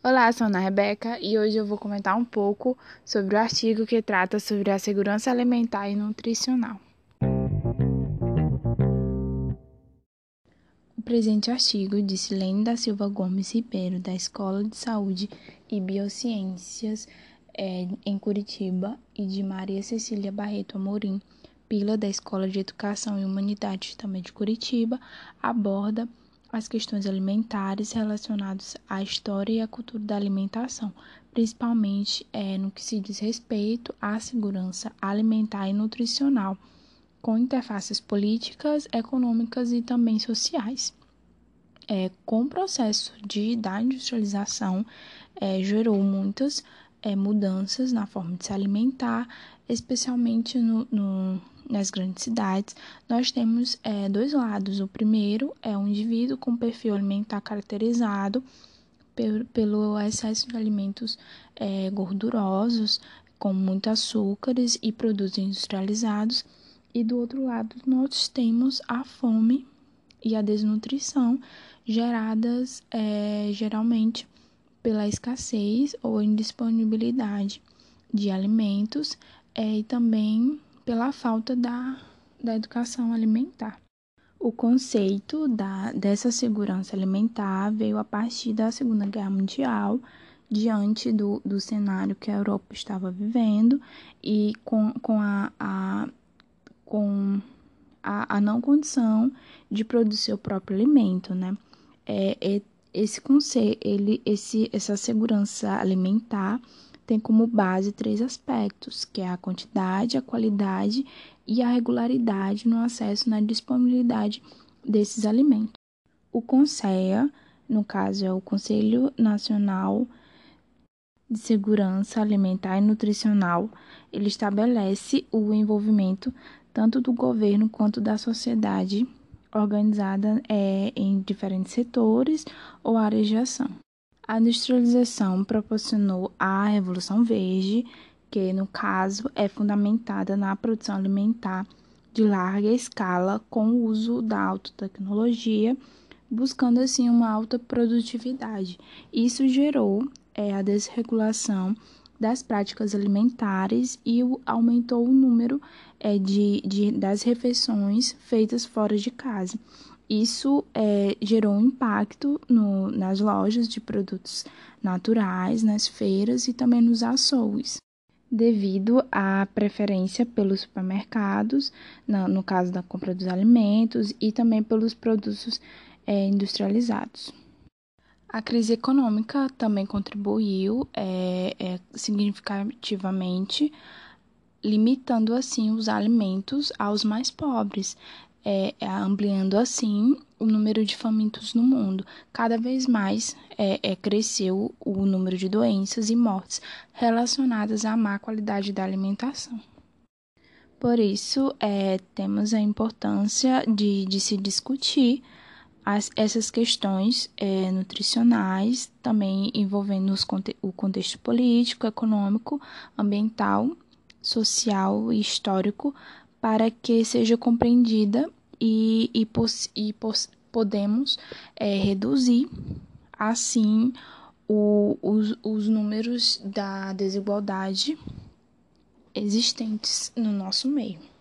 Olá, sou Ana Rebeca e hoje eu vou comentar um pouco sobre o artigo que trata sobre a segurança alimentar e nutricional. O presente artigo de Silene da Silva Gomes Ribeiro, da Escola de Saúde e Biociências em Curitiba, e de Maria Cecília Barreto Amorim, Pila, da Escola de Educação e Humanidades também de Curitiba, aborda as questões alimentares relacionadas à história e à cultura da alimentação, principalmente no que se diz respeito à segurança alimentar e nutricional, com interfaces políticas, econômicas e também sociais. Com o processo da industrialização, gerou muitas mudanças na forma de se alimentar, especialmente nas grandes cidades. Nós temos dois lados. O primeiro é um indivíduo com perfil alimentar caracterizado pelo excesso de alimentos gordurosos, com muitos açúcares e produtos industrializados. E do outro lado, nós temos a fome e a desnutrição geradas geralmente pela escassez ou indisponibilidade de alimentos e também pela falta da educação alimentar. O conceito dessa segurança alimentar veio a partir da Segunda Guerra Mundial, diante do cenário que a Europa estava vivendo e com a não condição de produzir o próprio alimento, né? Essa segurança alimentar tem como base três aspectos, que é a quantidade, a qualidade e a regularidade no acesso e na disponibilidade desses alimentos. O CONSEA, no caso é o Conselho Nacional de Segurança Alimentar e Nutricional, ele estabelece o envolvimento tanto do governo quanto da sociedade organizada em diferentes setores ou áreas de ação. A industrialização proporcionou a Revolução Verde, que, no caso, é fundamentada na produção alimentar de larga escala com o uso da alta tecnologia, buscando, assim, uma alta produtividade. Isso gerou a desregulação das práticas alimentares e aumentou o número das refeições feitas fora de casa. Isso gerou um impacto nas lojas de produtos naturais, nas feiras e também nos açougues, devido à preferência pelos supermercados, no caso da compra dos alimentos, e também pelos produtos industrializados. A crise econômica também contribuiu significativamente, limitando assim os alimentos aos mais pobres, ampliando assim o número de famintos no mundo. Cada vez mais cresceu o número de doenças e mortes relacionadas à má qualidade da alimentação. Por isso, temos a importância de se discutir essas questões nutricionais, também envolvendo o contexto político, econômico, ambiental, social e histórico, para que seja compreendida e podemos reduzir, assim, os números da desigualdade existentes no nosso meio.